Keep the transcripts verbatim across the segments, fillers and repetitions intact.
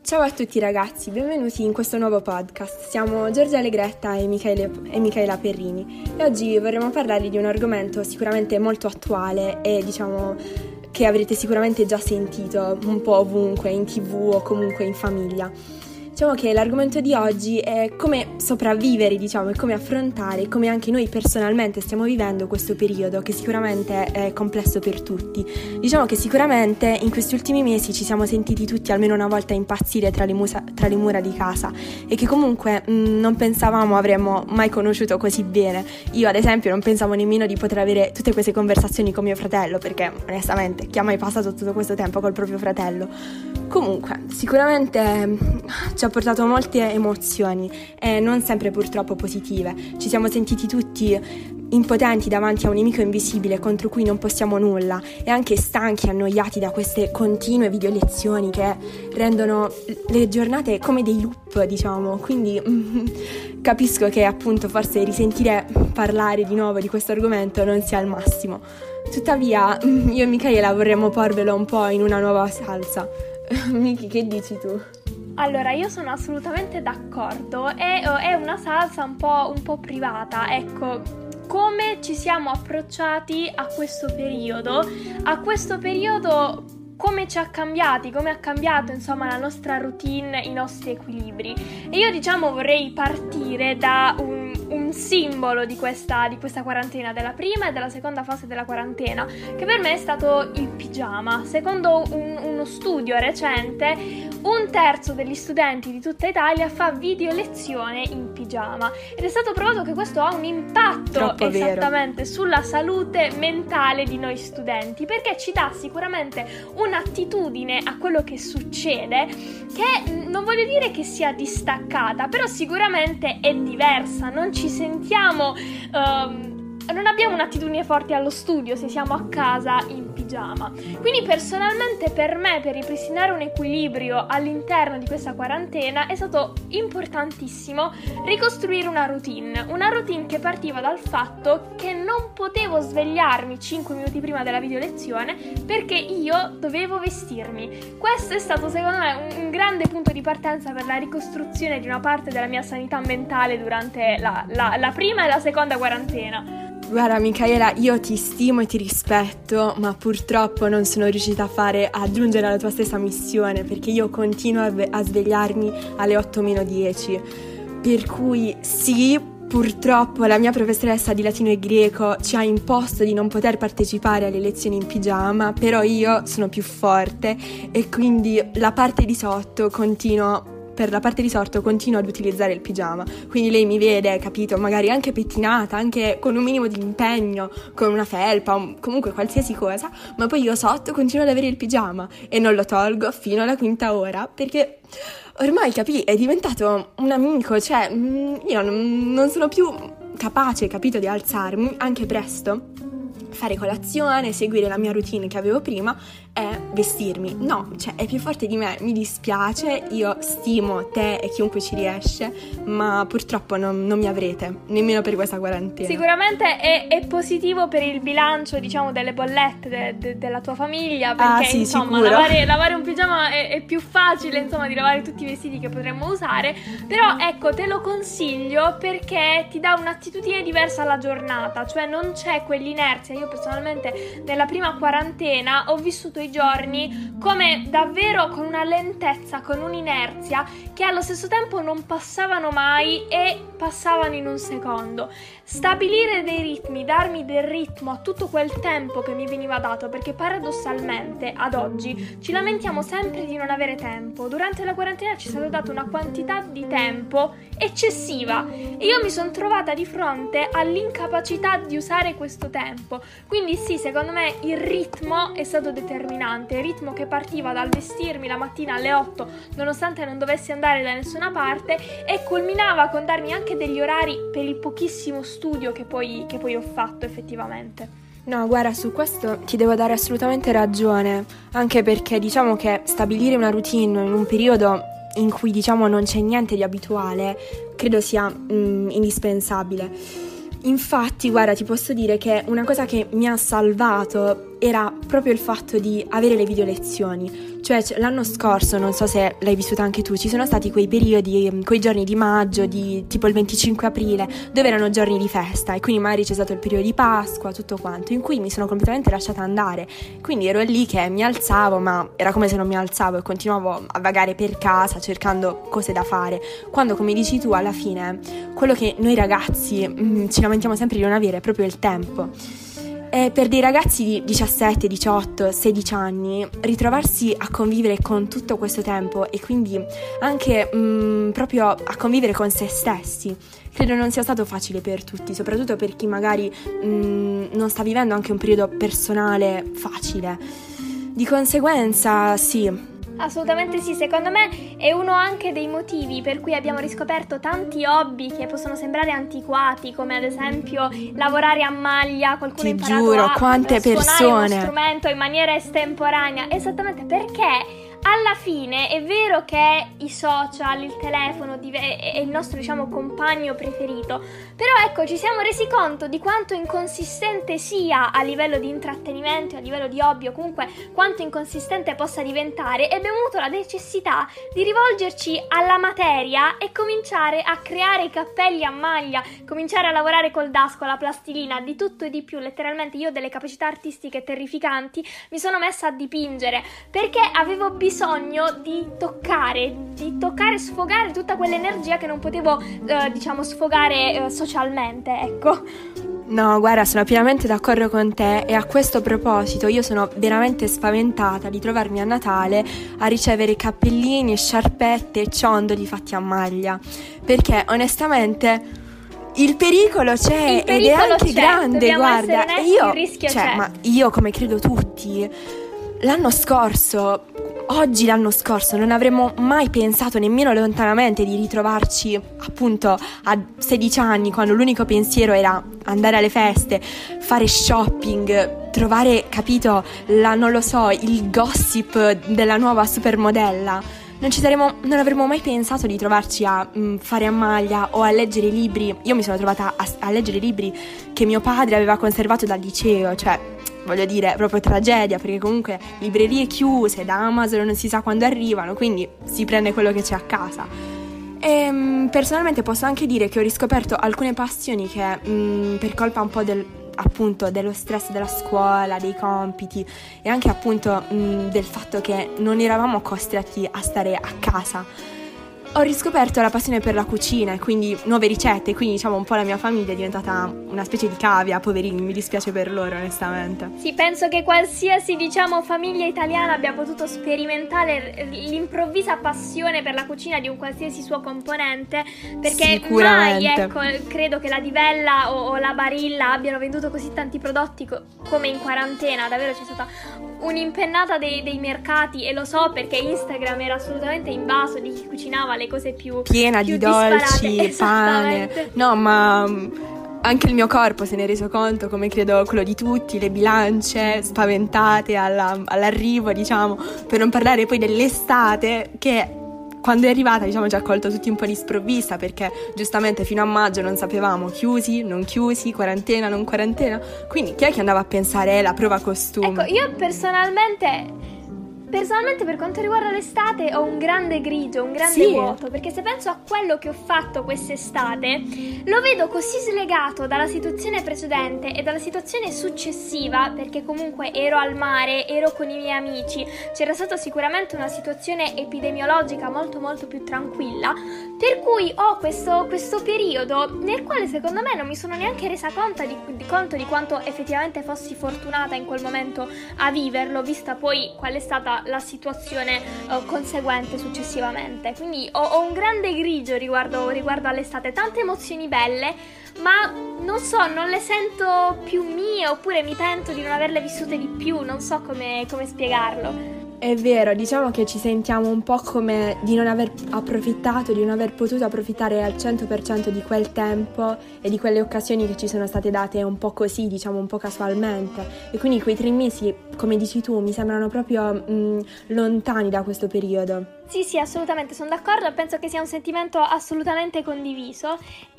Ciao a tutti ragazzi, benvenuti in questo nuovo podcast. Siamo Giorgia Allegretta e, Michele, e Michaela Perrini e oggi vorremmo parlare di un argomento sicuramente molto attuale e diciamo che avrete sicuramente già sentito un po' ovunque, in tv o comunque in famiglia. Diciamo che l'argomento di oggi è come sopravvivere, diciamo, e come affrontare, come anche noi personalmente stiamo vivendo questo periodo che sicuramente è complesso per tutti. Diciamo che sicuramente in questi ultimi mesi ci siamo sentiti tutti almeno una volta impazzire tra le, musa- tra le mura di casa e che comunque mh, non pensavamo avremmo mai conosciuto così bene. Io ad esempio non pensavo nemmeno di poter avere tutte queste conversazioni con mio fratello, perché onestamente chi ha mai passato tutto questo tempo col proprio fratello? Comunque sicuramente ci ha portato molte emozioni e non sempre purtroppo positive. Ci siamo sentiti tutti impotenti davanti a un nemico invisibile contro cui non possiamo nulla e anche stanchi e annoiati da queste continue video lezioni che rendono le giornate come dei loop, diciamo. Quindi mm, capisco che appunto forse risentire parlare di nuovo di questo argomento non sia il massimo. Tuttavia io e Michaela vorremmo porvelo un po' in una nuova salsa. Miki, che dici tu? Allora, io sono assolutamente d'accordo, è, è una salsa un po', un po' privata, ecco, come ci siamo approcciati a questo periodo, a questo periodo come ci ha cambiati, come ha cambiato insomma la nostra routine, i nostri equilibri. E io diciamo vorrei partire da un, un simbolo di questa, di questa quarantena, della prima e della seconda fase della quarantena, che per me è stato il pigiama. Secondo un, uno studio recente, un terzo degli studenti di tutta Italia fa video lezione in pigiama ed è stato provato che questo ha un impatto Troppo esattamente vero. sulla salute mentale di noi studenti, perché ci dà sicuramente un'attitudine a quello che succede che non voglio dire che sia distaccata, però sicuramente è diversa, non ci sentiamo um, non abbiamo un'attitudine forte allo studio se siamo a casa in pigiama. Quindi personalmente per me, per ripristinare un equilibrio all'interno di questa quarantena, è stato importantissimo ricostruire una routine, una routine che partiva dal fatto che non potevo svegliarmi cinque minuti prima della video lezione perché io dovevo vestirmi. Questo è stato secondo me un, un grande punto di partenza per la ricostruzione di una parte della mia sanità mentale durante la, la, la prima e la seconda quarantena. Guarda Michaela, io ti stimo e ti rispetto, ma purtroppo non sono riuscita a fare a giungere alla tua stessa missione, perché io continuo a, ve- a svegliarmi alle otto meno dieci, per cui sì, purtroppo la mia professoressa di latino e greco ci ha imposto di non poter partecipare alle lezioni in pigiama, però io sono più forte e quindi la parte di sotto continuo per la parte di sotto continuo ad utilizzare il pigiama, quindi lei mi vede, capito, magari anche pettinata, anche con un minimo di impegno, con una felpa, un, comunque qualsiasi cosa, ma poi io sotto continuo ad avere il pigiama e non lo tolgo fino alla quinta ora, perché ormai, capì, è diventato un amico, cioè io non, non sono più capace, capito, di alzarmi anche presto, fare colazione, seguire la mia routine che avevo prima e vestirmi. No, cioè è più forte di me, mi dispiace, io stimo te e chiunque ci riesce, ma purtroppo non, non mi avrete, nemmeno per questa quarantena. Sicuramente è, è positivo per il bilancio, diciamo, delle bollette de, de, della tua famiglia, perché ah, sì, insomma lavare, lavare un pigiama è, è più facile, insomma, di lavare tutti i vestiti che potremmo usare, però ecco, te lo consiglio perché ti dà un'attitudine diversa alla giornata, cioè non c'è quell'inerzia. Io personalmente nella prima quarantena ho vissuto i giorni come davvero con una lentezza, con un'inerzia che allo stesso tempo non passavano mai e passavano in un secondo. Stabilire dei ritmi, darmi del ritmo a tutto quel tempo che mi veniva dato, perché paradossalmente ad oggi ci lamentiamo sempre di non avere tempo. Durante la quarantena ci è stata data una quantità di tempo eccessiva e io mi sono trovata di fronte all'incapacità di usare questo tempo. Quindi sì, secondo me il ritmo è stato determinante, il ritmo che partiva dal vestirmi la mattina alle otto nonostante non dovessi andare da nessuna parte e culminava con darmi anche degli orari per il pochissimo studio che poi, che poi ho fatto effettivamente. No, guarda, su questo ti devo dare assolutamente ragione, anche perché diciamo che stabilire una routine in un periodo in cui diciamo non c'è niente di abituale credo sia mm, indispensabile. Infatti, guarda, ti posso dire che una cosa che mi ha salvato era proprio il fatto di avere le video lezioni, cioè Cioè l'anno scorso, non so se l'hai vissuta anche tu, ci sono stati quei periodi, quei giorni di maggio, di tipo il venticinque aprile, dove erano giorni di festa, e quindi magari c'è stato il periodo di Pasqua, tutto quanto, in cui mi sono completamente lasciata andare. Quindi ero lì che mi alzavo, ma era come se non mi alzavo e continuavo a vagare per casa cercando cose da fare, quando, come dici tu, alla fine quello che noi ragazzi mh, ci lamentiamo sempre di non avere è proprio il tempo. E per dei ragazzi di diciassette, diciotto, sedici anni ritrovarsi a convivere con tutto questo tempo e quindi anche mh, proprio a convivere con se stessi, credo non sia stato facile per tutti, soprattutto per chi magari mh, non sta vivendo anche un periodo personale facile. Di conseguenza, sì. Assolutamente sì, secondo me è uno anche dei motivi per cui abbiamo riscoperto tanti hobby che possono sembrare antiquati, come ad esempio lavorare a maglia, qualcuno ha imparato giuro, a quante suonare persone. uno strumento in maniera estemporanea, esattamente perché alla fine è vero che i social, il telefono div- è il nostro, diciamo, compagno preferito, però ecco, ci siamo resi conto di quanto inconsistente sia a livello di intrattenimento, a livello di hobby, o comunque quanto inconsistente possa diventare, e abbiamo avuto la necessità di rivolgerci alla materia e cominciare a creare i cappelli a maglia, cominciare a lavorare col dasco, la plastilina, di tutto e di più. Letteralmente io ho delle capacità artistiche terrificanti, mi sono messa a dipingere perché avevo bisogno bisogno di toccare, di toccare e sfogare tutta quell'energia che non potevo, eh, diciamo, sfogare eh, socialmente, ecco. No, guarda, sono pienamente d'accordo con te, e a questo proposito io sono veramente spaventata di trovarmi a Natale a ricevere cappellini, sciarpette e ciondoli fatti a maglia, perché onestamente il pericolo c'è, il pericolo ed è anche c'è. grande, Dobbiamo guarda, essere onesti, e io, il rischio cioè, c'è. ma io, come credo tutti, l'anno scorso, oggi l'anno scorso, non avremmo mai pensato nemmeno lontanamente di ritrovarci appunto a sedici anni, quando l'unico pensiero era andare alle feste, fare shopping, trovare, capito, la, non lo so, il gossip della nuova supermodella. Non ci saremmo, non avremmo mai pensato di trovarci a mh, fare a maglia o a leggere libri. Io mi sono trovata a, a leggere libri che mio padre aveva conservato dal liceo, cioè, voglio dire, proprio tragedia, perché comunque librerie chiuse, da Amazon non si sa quando arrivano, quindi si prende quello che c'è a casa. E mh, personalmente posso anche dire che ho riscoperto alcune passioni che mh, per colpa un po' del, appunto, dello stress della scuola, dei compiti, e anche appunto mh, del fatto che non eravamo costretti a stare a casa, ho riscoperto la passione per la cucina e quindi nuove ricette, quindi diciamo un po' la mia famiglia è diventata una specie di cavia, poverini, mi dispiace per loro onestamente. Sì, penso che qualsiasi, diciamo, famiglia italiana abbia potuto sperimentare l'improvvisa passione per la cucina di un qualsiasi suo componente, perché mai, ecco, credo che la Divella o, o la Barilla abbiano venduto così tanti prodotti co- come in quarantena. Davvero c'è stata un'impennata dei, dei mercati, e lo so perché Instagram era assolutamente invaso di chi cucinava le cose più piena più di dolci, disparate. pane. No, ma anche il mio corpo se ne è reso conto, come credo quello di tutti, le bilance spaventate alla, all'arrivo, diciamo, per non parlare poi dell'estate che quando è arrivata, diciamo, ci ha colto tutti un po' di sprovvista, perché giustamente fino a maggio non sapevamo chiusi, non chiusi, quarantena, non quarantena, quindi chi è che andava a pensare eh, la prova costume? Ecco, io personalmente Personalmente per quanto riguarda l'estate ho un grande grigio, un grande sì. vuoto, perché se penso a quello che ho fatto quest'estate lo vedo così slegato dalla situazione precedente e dalla situazione successiva, perché comunque ero al mare, ero con i miei amici, c'era stata sicuramente una situazione epidemiologica molto molto più tranquilla, per cui ho questo, questo periodo nel quale secondo me non mi sono neanche resa conto di, di conto di quanto effettivamente fossi fortunata in quel momento a viverlo, vista poi qual è stata la situazione uh, conseguente successivamente. Quindi ho, ho un grande grigio riguardo, riguardo all'estate, tante emozioni belle, ma non so, non le sento più mie, oppure mi pento di non averle vissute di più, non so come, come spiegarlo. È vero, diciamo che ci sentiamo un po' come di non aver approfittato, di non aver potuto approfittare al cento per cento di quel tempo e di quelle occasioni che ci sono state date un po' così, diciamo un po' casualmente. E quindi quei tre mesi, come dici tu, mi sembrano proprio mh, lontani da questo periodo. Sì, sì, assolutamente, sono d'accordo, penso che sia un sentimento assolutamente condiviso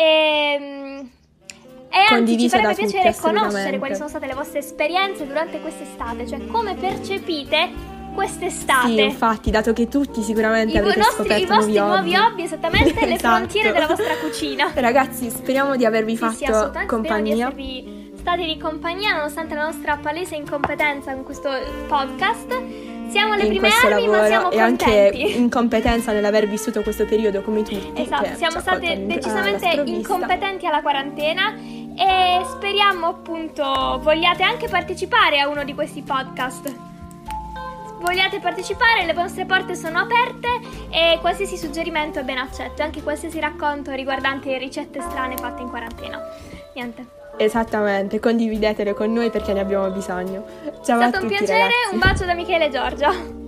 e... E anzi, ci farebbe piacere conoscere quali sono state le vostre esperienze durante quest'estate, cioè come percepite quest'estate. Sì, infatti, dato che tutti sicuramente I, avrete nostri, scoperto i vostri nuovi hobby. nuovi hobby, esattamente le Esatto. frontiere della vostra cucina. Ragazzi, speriamo di avervi Sì, fatto sì, assolutamente. compagnia. Speriamo di esservi stati di compagnia nonostante la nostra palese incompetenza con questo podcast. Siamo alle in prime questo armi, lavoro ma siamo e contenti. anche incompetenza nell'aver vissuto questo periodo come tutti. Esatto, che siamo ci ha state colto alla decisamente sprovvista. incompetenti alla quarantena e speriamo appunto vogliate anche partecipare a uno di questi podcast. Vogliate partecipare, le vostre porte sono aperte e qualsiasi suggerimento è ben accetto, anche qualsiasi racconto riguardante ricette strane fatte in quarantena. Niente. Esattamente, condividetelo con noi perché ne abbiamo bisogno. Ciao È a stato un tutti, piacere, ragazzi. un bacio da Michele e Giorgia.